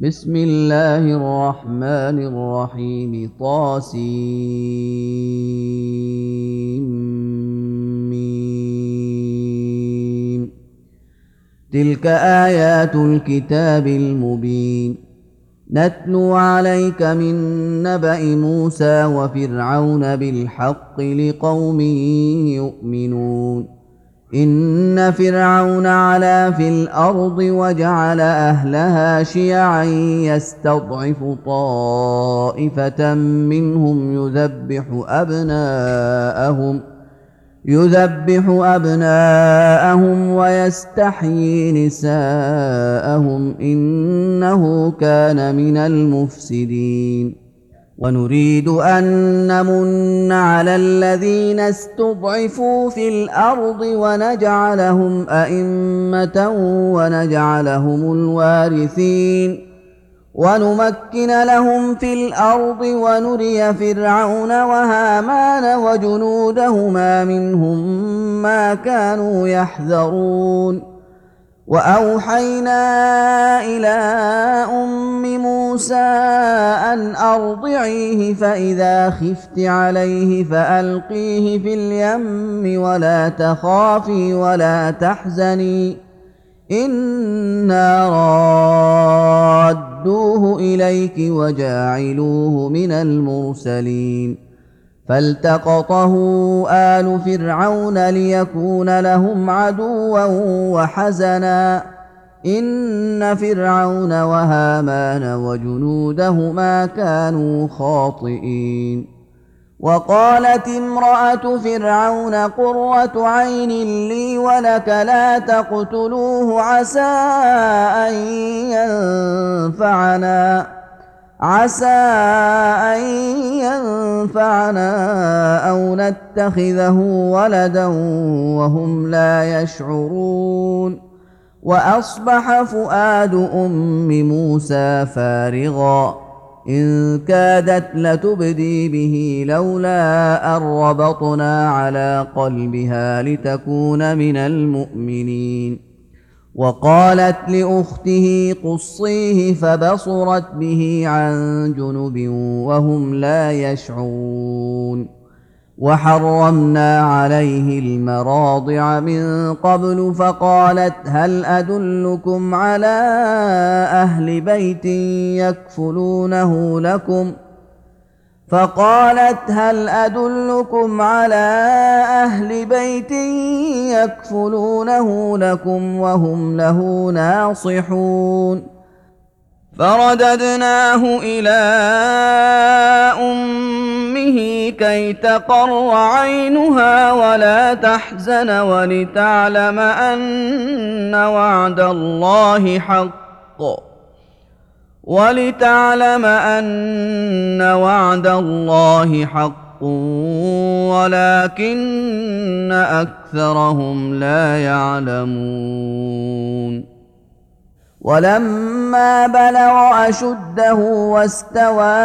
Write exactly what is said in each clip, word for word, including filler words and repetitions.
بسم الله الرحمن الرحيم طاسيم. تلك آيات الكتاب المبين. نتلو عليك من نبأ موسى وفرعون بالحق لقوم يؤمنون. إن فرعون علا في الأرض وجعل أهلها شيعا يستضعف طائفة منهم يذبح أبناءهم يذبح أبناءهم ويستحيي نساءهم إنه كان من المفسدين. ونريد أن نمن على الذين استضعفوا في الأرض ونجعلهم أئمة ونجعلهم الوارثين ونمكن لهم في الأرض ونري فرعون وهامان وجنودهما منهم ما كانوا يحذرون. وأوحينا إلى أم موسى أن أرضعيه فإذا خفت عليه فألقيه في اليم ولا تخافي ولا تحزني إنا رادوه إليك وجاعلوه من المرسلين. فالتقطه آل فرعون ليكون لهم عدوا وحزنا إن فرعون وهامان وجنودهما كانوا خاطئين. وقالت امرأة فرعون قرة عين لي ولك لا تقتلوه عسى أن ينفعنا عسى أن ينفعنا أو نتخذه ولدا وهم لا يشعرون. وأصبح فؤاد أم موسى فارغا إن كادت لتبدي به لولا أن ربطنا على قلبها لتكون من المؤمنين. وقالت لأخته قصيه فبصرت به عن جنب وهم لا يشعرون. وحرمنا عليه المراضع من قبل فقالت هل أدلكم على أهل بيت يكفلونه لكم فقالت هل أدلكم على أهل بيت يكفلونه لكم وهم له ناصحون. فرددناه إلى أمه كي تقر عينها ولا تحزن ولتعلم أن وعد الله حق ولتعلم أن وعد الله حق ولكن أكثرهم لا يعلمون. ولما بلغ أشده واستوى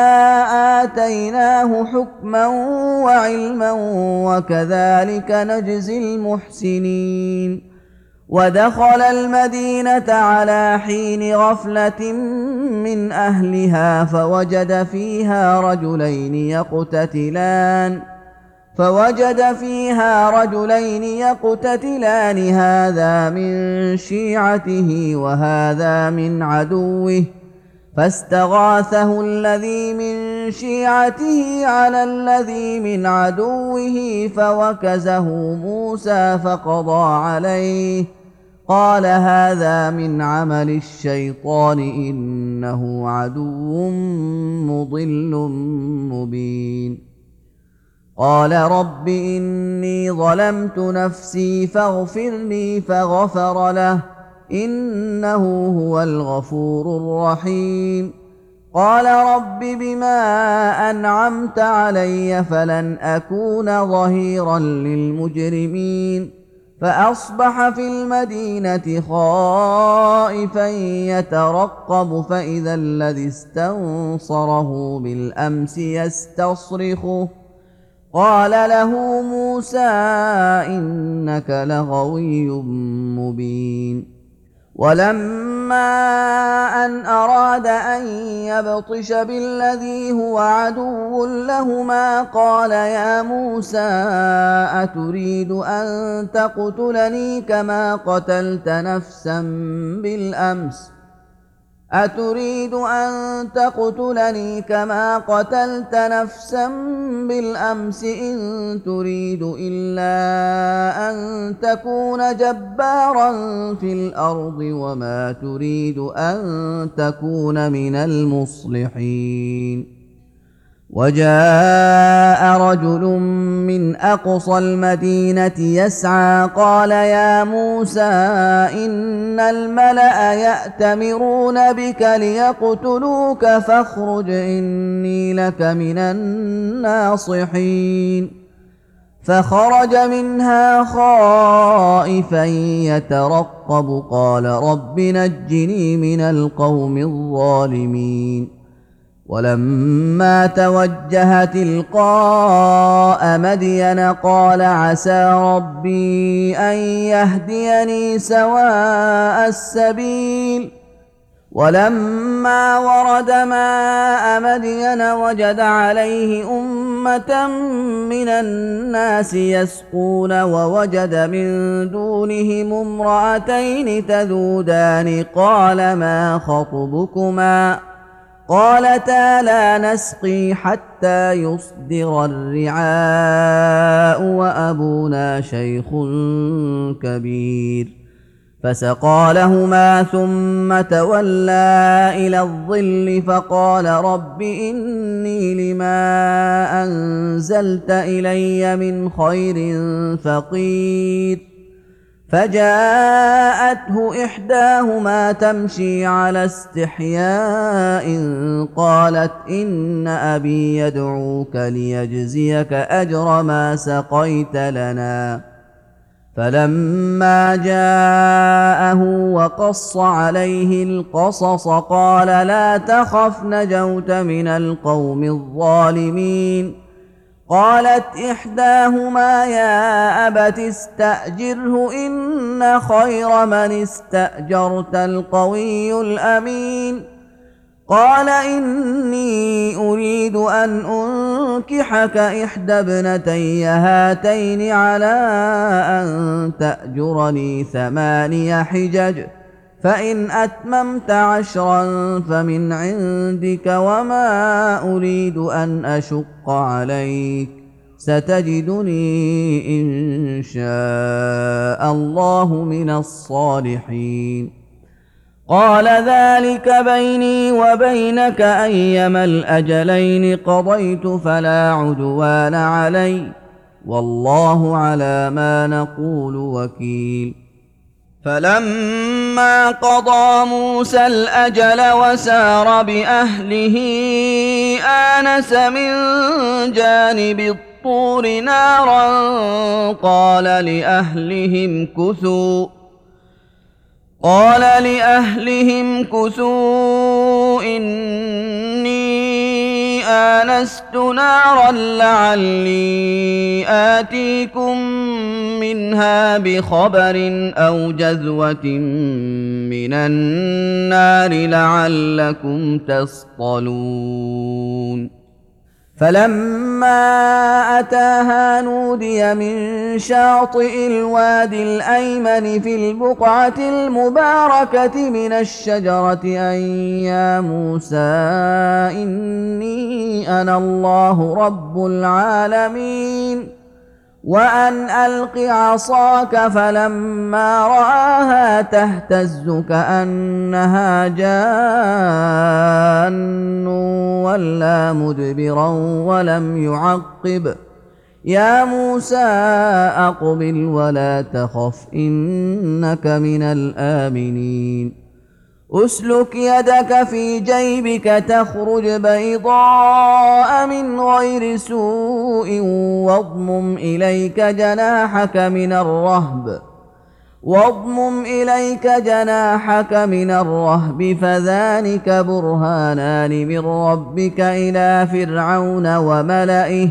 آتيناه حكما وعلما وكذلك نجزي المحسنين. ودخل المدينة على حين غفلة من أهلها فوجد فيها رجلين يقتتلان فوجد فيها رجلين يقتتلان هذا من شيعته وهذا من عدوه فاستغاثه الذي من شيعته على الذي من عدوه فوكزه موسى فقضى عليه قال هذا من عمل الشيطان إنه عدو مضل مبين. قال رب إني ظلمت نفسي فاغفر لي فغفر له إنه هو الغفور الرحيم. قال رب بما أنعمت علي فلن أكون ظهيرا للمجرمين. فأصبح في المدينة خائفا يترقب فإذا الذي استنصره بالأمس يستصرخه قال له موسى إنك لغوي مبين. ولما أن أراد أراد أن يبطش بالذي هو عدو لهما قال يا موسى أتريد أن تقتلني كما قتلت نفسا بالأمس أتريد أن تقتلني كما قتلت نفسا بالأمس إن تريد إلا أن تكون جبارا في الأرض وما تريد أن تكون من المصلحين. وجاء رجل من أقصى المدينة يسعى قال يا موسى إن الملأ يأتمرون بك ليقتلوك فاخرج إني لك من الناصحين. فخرج منها خائفا يترقب قال رب نجني من القوم الظالمين. ولما توجه تلقاء مدين قال عسى ربي أن يهديني سواء السبيل. ولما ورد ماء مدين وجد عليه أمة من الناس يسقون ووجد من دونهم امرأتين تذودان قال ما خطبكما قالتا لا نسقي حتى يصدر الرعاء وأبونا شيخ كبير. فسقى لهما ثم تولى إلى الظل فقال رب إني لما أنزلت إلي من خير فقير. فجاءته إحداهما تمشي على استحياء قالت إن أبي يدعوك ليجزيك أجر ما سقيت لنا. فلما جاءه وقص عليه القصص قال لا تخف نجوت من القوم الظالمين. قالت إحداهما يا أبت استأجره إن خير من استأجرت القوي الأمين. قال إني أريد أن أنكحك إحدى ابنتي هاتين على أن تأجرني ثماني حجج فإن أتممت عشرا فمن عندك وما أريد أن أشق عليك ستجدني إن شاء الله من الصالحين. قال ذلك بيني وبينك أيما الأجلين قضيت فلا عدوان علي والله على ما نقول وكيل. فلما قضى موسى الأجل وسار بأهله آنس من جانب الطور نارا قال لأهلهم كثوا قال لأهلهم كثوا إني آنست نارا لعلي آتيكم منها بخبر أو جذوة من النار لعلكم تصطلون. فلما أتاها نودي من شاطئ الوادي الأيمن في البقعة المباركة من الشجرة أن يا موسى إني أنا الله رب العالمين وأن ألق عصاك. فلما رآها تهتز كأنها جان ولا مدبرا ولم يعقب يا موسى أقبل ولا تخف إنك من الآمنين. أسلك يدك في جيبك تخرج بيضاء من غير سوء واضمم إليك جناحك من الرهب واضمم إليك جناحك من الرهب فذلك برهانان من ربك إلى فرعون وملئه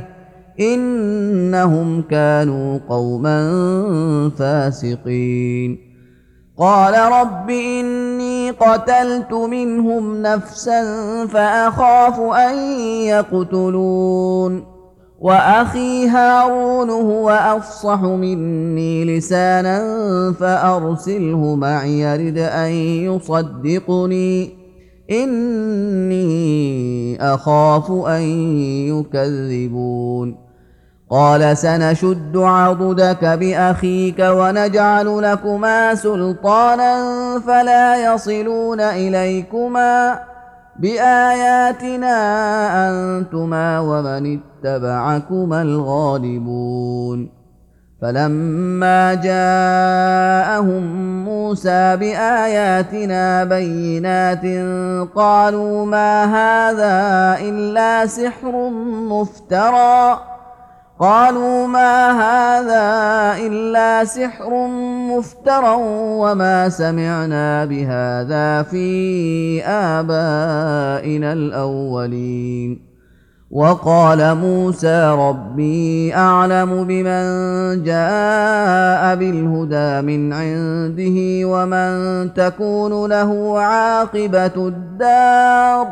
إنهم كانوا قوما فاسقين. قال رب إني قتلت منهم نفسا فأخاف أن يقتلون وأخي هارون هو أفصح مني لسانا فأرسله معي يرد أن يصدقني إني أخاف أن يكذبون قال سنشد عضدك بأخيك ونجعل لكما سلطانا فلا يصلون إليكما بآياتنا أنتما ومن اتبعكما الغالبون فلما جاءهم موسى بآياتنا بينات قالوا ما هذا إلا سحر مفترى قالوا ما هذا إلا سحر مفترى وما سمعنا بهذا في آبائنا الأولين وقال موسى ربي أعلم بمن جاء بالهدى من عنده ومن تكون له عاقبة الدار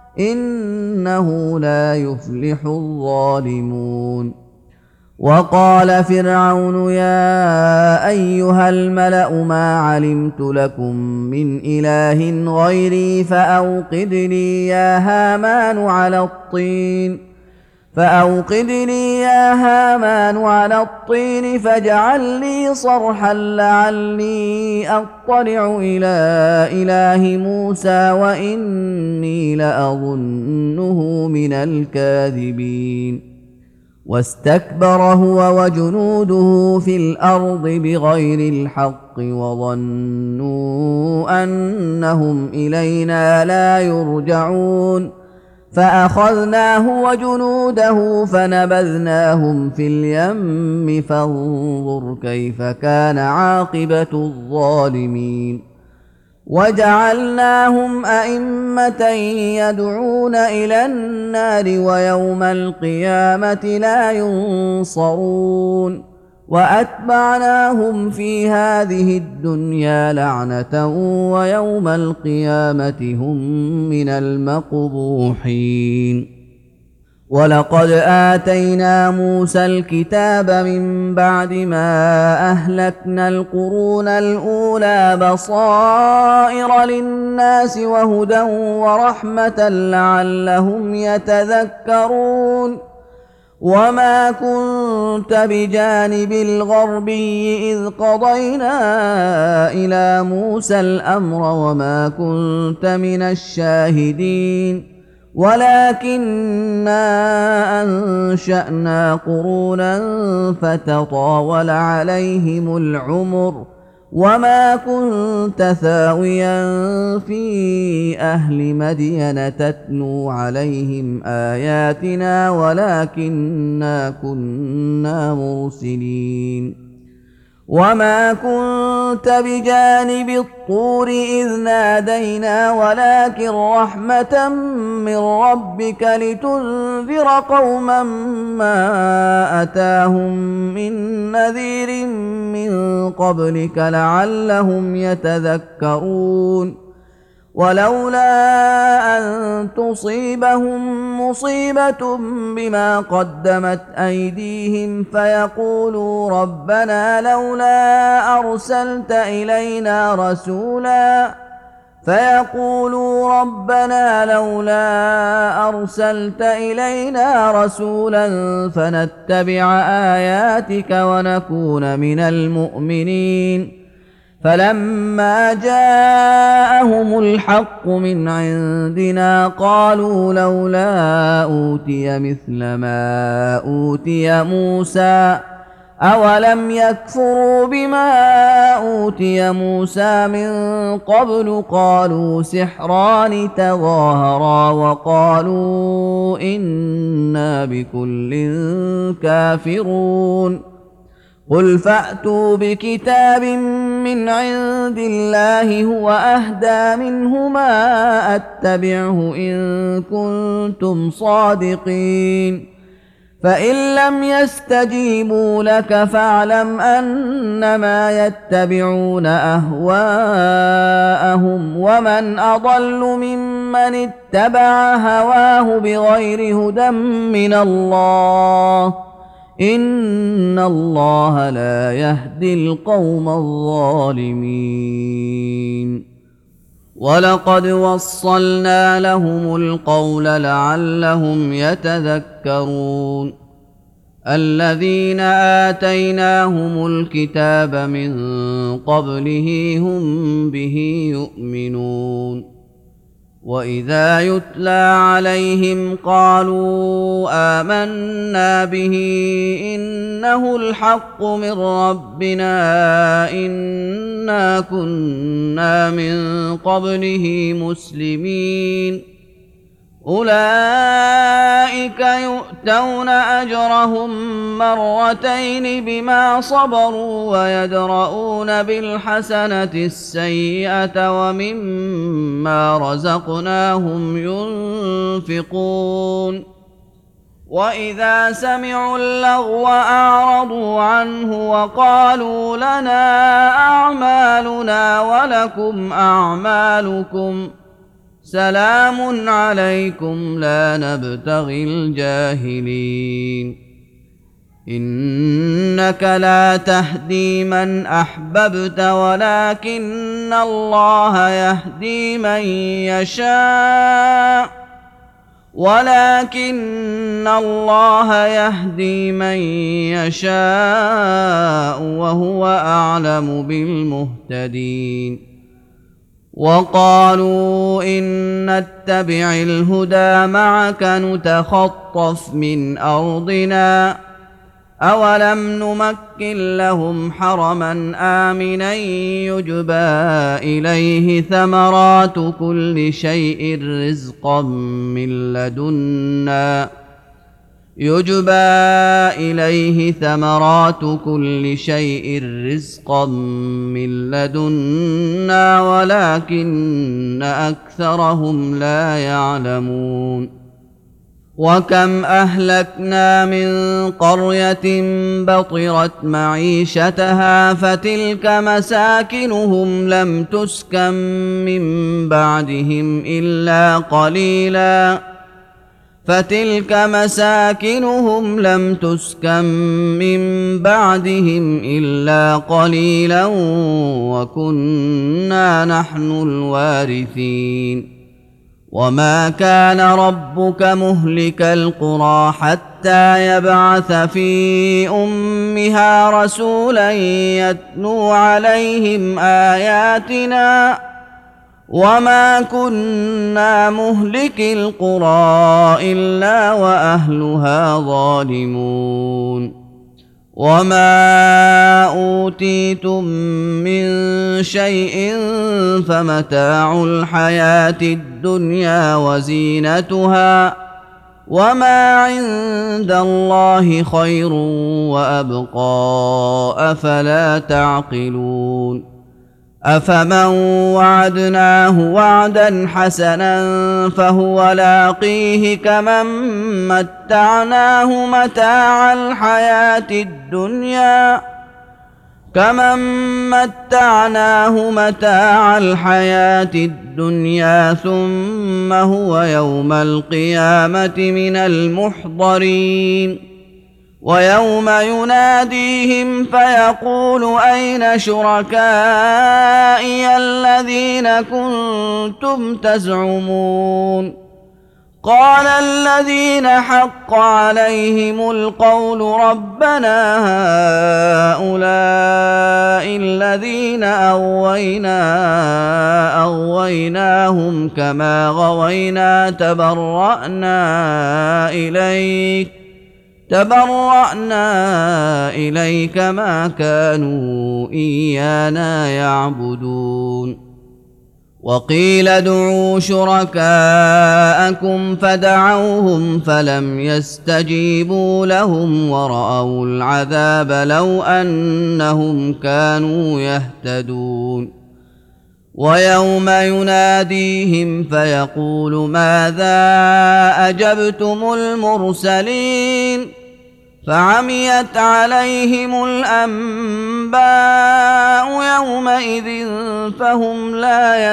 إنه لا يفلح الظالمون وقال فرعون يا أيها الملأ ما علمت لكم من إله غيري فأوقد لي يا هامان على الطين فأوقد لي يا هامان على الطين فاجعل لي صرحا لعلي أطلع إلى إله موسى وإني لأظنه من الكاذبين واستكبر هو وجنوده في الأرض بغير الحق وظنوا أنهم إلينا لا يرجعون فأخذناه وجنوده فنبذناهم في اليم فانظر كيف كان عاقبة الظالمين وجعلناهم أئمة يدعون إلى النار ويوم القيامة لا ينصرون وأتبعناهم في هذه الدنيا لعنة ويوم القيامة هم من المقبوحين ولقد آتينا موسى الكتاب من بعد ما أهلكنا القرون الأولى بصائر للناس وهدى ورحمة لعلهم يتذكرون وما كنت بجانب الغربي إذ قضينا إلى موسى الأمر وما كنت من الشاهدين ولكننا أنشأنا قرونا فتطاول عليهم العمر وما كنت ثاويا في أهل مدين تتلو عليهم آياتنا ولكننا كنا مرسلين وما كنت بجانب الطور إذ نادينا ولكن رحمة من ربك لتنذر قوما ما أتاهم من نذير من قبلك لعلهم يتذكرون ولولا أن تصيبهم مصيبة بما قدمت أيديهم فيقولوا ربنا لولا أرسلت إلينا رسولا فيقولوا ربنا لولا أرسلت إلينا رسولا فنتبع آياتك ونكون من المؤمنين فلما جاءهم الحق من عندنا قالوا لولا أوتي مثل ما أوتي موسى أولم يكفروا بما أوتي موسى من قبل قالوا سحران تظاهرا وقالوا إنا بكل كافرون قل فأتوا بكتاب من عند الله هو أهدى منهما أتبعه إن كنتم صادقين فإن لم يستجيبوا لك فاعلم أنما يتبعون أهواءهم ومن أضل ممن اتبع هواه بغير هدى من الله إن الله لا يهدي القوم الظالمين. ولقد وصلنا لهم القول لعلهم يتذكرون. الذين آتيناهم الكتاب من قبله هم به يؤمنون. وإذا يتلى عليهم قالوا آمنا به إنه الحق من ربنا إنا كنا من قبله مسلمين. أولئك يؤتون أجرهم مرتين بما صبروا ويدرؤون بالحسنة السيئة ومما رزقناهم ينفقون. وإذا سمعوا اللغو أعرضوا عنه وقالوا لنا أعمالنا ولكم أعمالكم سلام عليكم لا نبتغي الجاهلين. إنك لا تهدي من أحببت ولكن الله يهدي من يشاء ولكن الله يهدي من يشاء وهو أعلم بالمهتدين. وقالوا إن نتبع الهدى معك نتخطف من أرضنا أولم نمكن لهم حرما آمنا يجبى إليه ثمرات كل شيء رزقا من لدنا يجبى إليه ثمرات كل شيء رزقا من لدنا ولكن أكثرهم لا يعلمون. وكم أهلكنا من قرية بطرت معيشتها فتلك مساكنهم لم تسكن من بعدهم إلا قليلاً فتلك مساكنهم لم تسكن من بعدهم إلا قليلا وكنا نحن الوارثين. وما كان ربك مهلك القرى حتى يبعث في أمها رسولا يتلو عليهم آياتنا وما كنا مهلك القرى إلا وأهلها ظالمون. وما أوتيتم من شيء فمتاع الحياة الدنيا وزينتها وما عند الله خير وأبقى أفلا تعقلون. أفمن وعدناه وعدا حسنا فهو لاقيه كمن متعناه متاع الحياة الدنيا كمن متعناه متاع الحياة الدنيا ثم هو يوم القيامة من المحضرين. ويوم يناديهم فيقول أين شركائي الذين كنتم تزعمون قال الذين حق عليهم القول ربنا هؤلاء الذين أغوينا أغويناهم كما غوينا تبرأنا إليك تبرأنا إليك ما كانوا إيانا يعبدون. وقيل ادعوا شركاءكم فدعوهم فلم يستجيبوا لهم ورأوا العذاب لو أنهم كانوا يهتدون. ويوم يناديهم فيقول ماذا أجبتم المرسلين فعميت عليهم الأنباء يومئذ فهم لا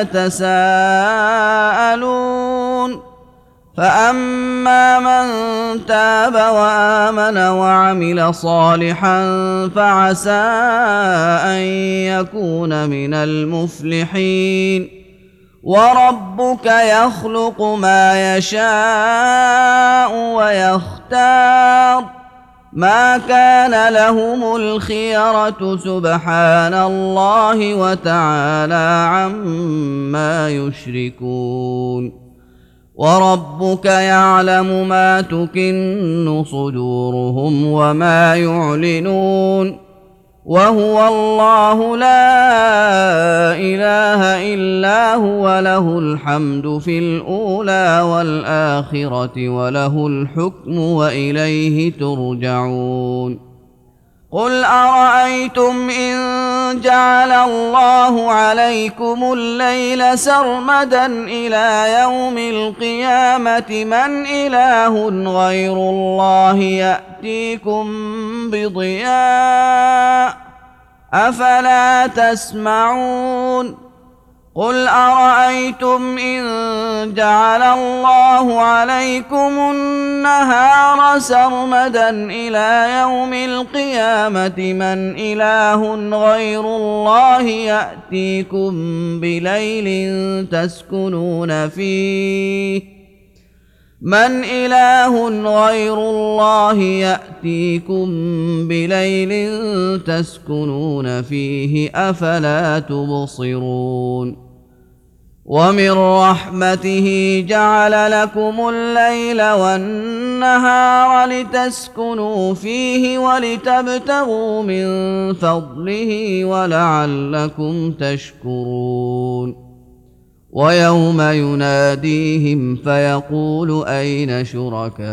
يتساءلون فأما من تاب وآمن وعمل صالحا فعسى أن يكون من المفلحين وربك يخلق ما يشاء ويختار ما كان لهم الخيرة سبحان الله وتعالى عما يشركون وربك يعلم ما تكن صدورهم وما يعلنون وهو الله لا إله إلا هو له الحمد في الأولى والآخرة وله الحكم وإليه ترجعون قل أرأيتم إن جعل الله عليكم الليل سرمدا إلى يوم القيامة من إله غير الله يأتيكم بضياء أفلا تسمعون قل أرأيتم إن جعل الله عليكم النهار سرمدا إلى يوم القيامة من إله غير الله يأتيكم بليل تسكنون فيه من إله غير الله يأتيكم بليل تسكنون فيه أفلا تبصرون ومن رحمته جعل لكم الليل والنهار لتسكنوا فيه ولتبتغوا من فضله ولعلكم تشكرون ويوم يناديهم فيقول أين شركائي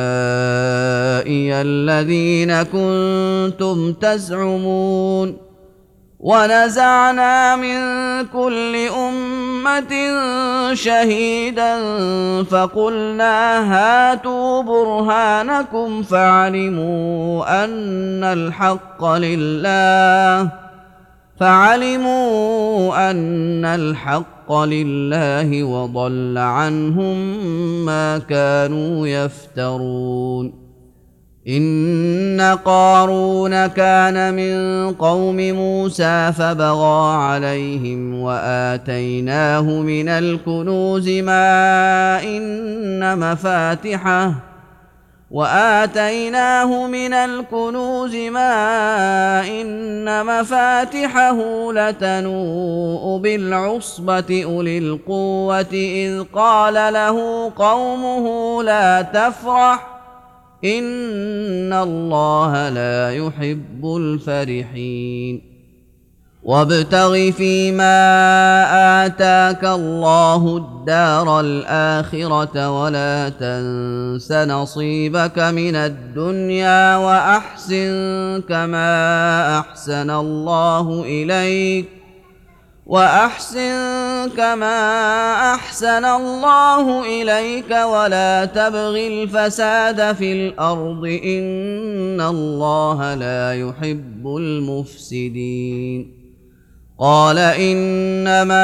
الذين كنتم تزعمون ونزعنا من كل أمة شهيدا فقلنا هاتوا برهانكم فعلموا أن الحق لله فعلموا أن الحق لله وضل عنهم ما كانوا يفترون إن قارون كان من قوم موسى فبغى عليهم وآتيناه من الكنوز ما إن مفاتحه وآتيناه من الكنوز ما إن مفاتحه لتنوء بالعصبة أولي القوة إذ قال له قومه لا تفرح إن الله لا يحب الفرحين وابتغ فيما آتاك الله الدار الآخرة ولا تنس نصيبك من الدنيا وأحسن كما أحسن الله إليك وأحسن كما أحسن الله إليك ولا تبغ الفساد في الأرض إن الله لا يحب المفسدين قال إنما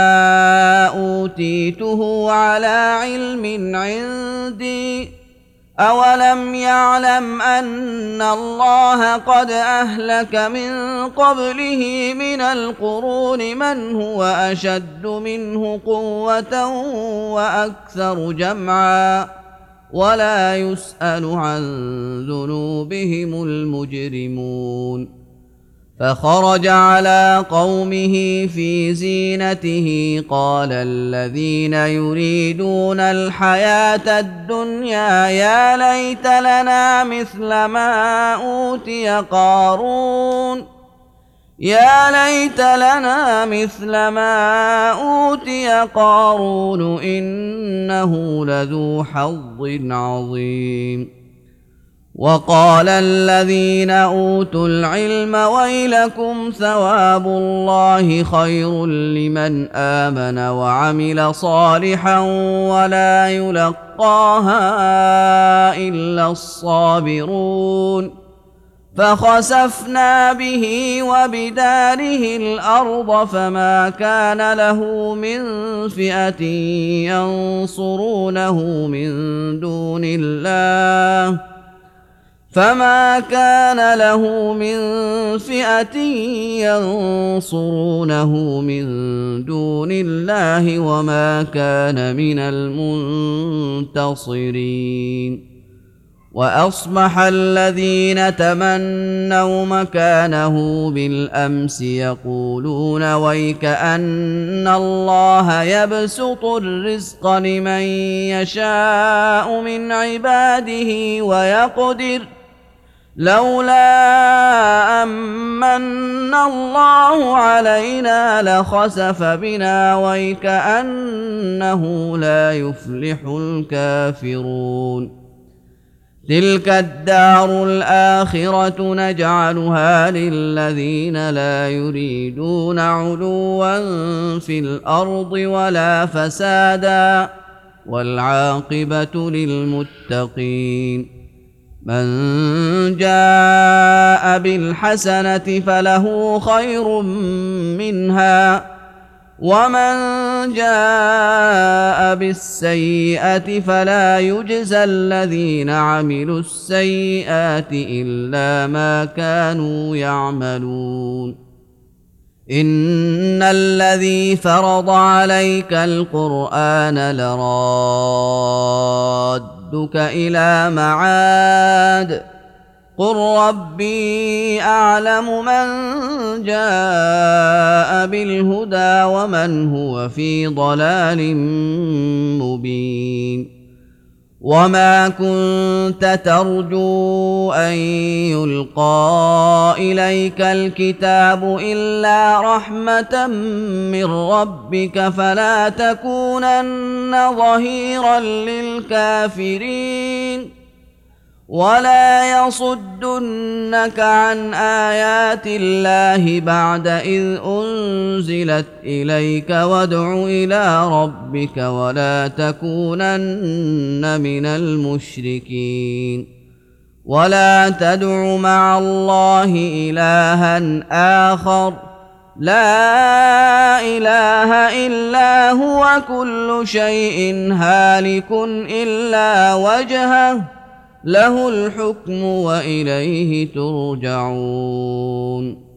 أوتيته على علم عندي أولم يعلم أن الله قد أهلك من قبله من القرون من هو أشد منه قوة وأكثر جمعا ولا يسأل عن ذنوبهم المجرمون فخرج على قومه في زينته قال الذين يريدون الحياة الدنيا يا ليت لنا مثل ما أوتي قارون يا ليت لنا مثل ما أوتي قارون إنه لذو حظ عظيم وقال الذين أوتوا العلم ويلكم ثواب الله خير لمن آمن وعمل صالحا ولا يلقاها إلا الصابرون فخسفنا به وبداره الأرض فما كان له من فئة ينصرونه من دون الله فما كان له من فئة ينصرونه من دون الله وما كان من المنتصرين. وأصبح الذين تمنوا مكانه بالأمس يقولون ويك أن الله يبسط الرزق لمن يشاء من عباده ويقدر لولا أمن الله علينا لخسف بنا ويك أنه لا يفلح الكافرون. تلك الدار الآخرة نجعلها للذين لا يريدون علوا في الأرض ولا فسادا والعاقبة للمتقين. من جاء بالحسنة فله خير منها ومن جاء بالسيئة فلا يجزى الذين عملوا السيئات إلا ما كانوا يعملون. إن الذي فرض عليك القرآن لرادك إلى معاد قل ربي أعلم من جاء بالهدى ومن هو في ضلال مبين. وما كنت ترجو أن يلقى إليك الكتاب إلا رحمة من ربك فلا تكونن ظهيرا للكافرين ولا يصدنك عن آيات الله بعد إذ أنزلت إليك وادع إلى ربك ولا تكونن من المشركين. ولا تدع مع الله إلها آخر لا إله إلا هو كل شيء هالك إلا وجهه له الحكم وإليه ترجعون.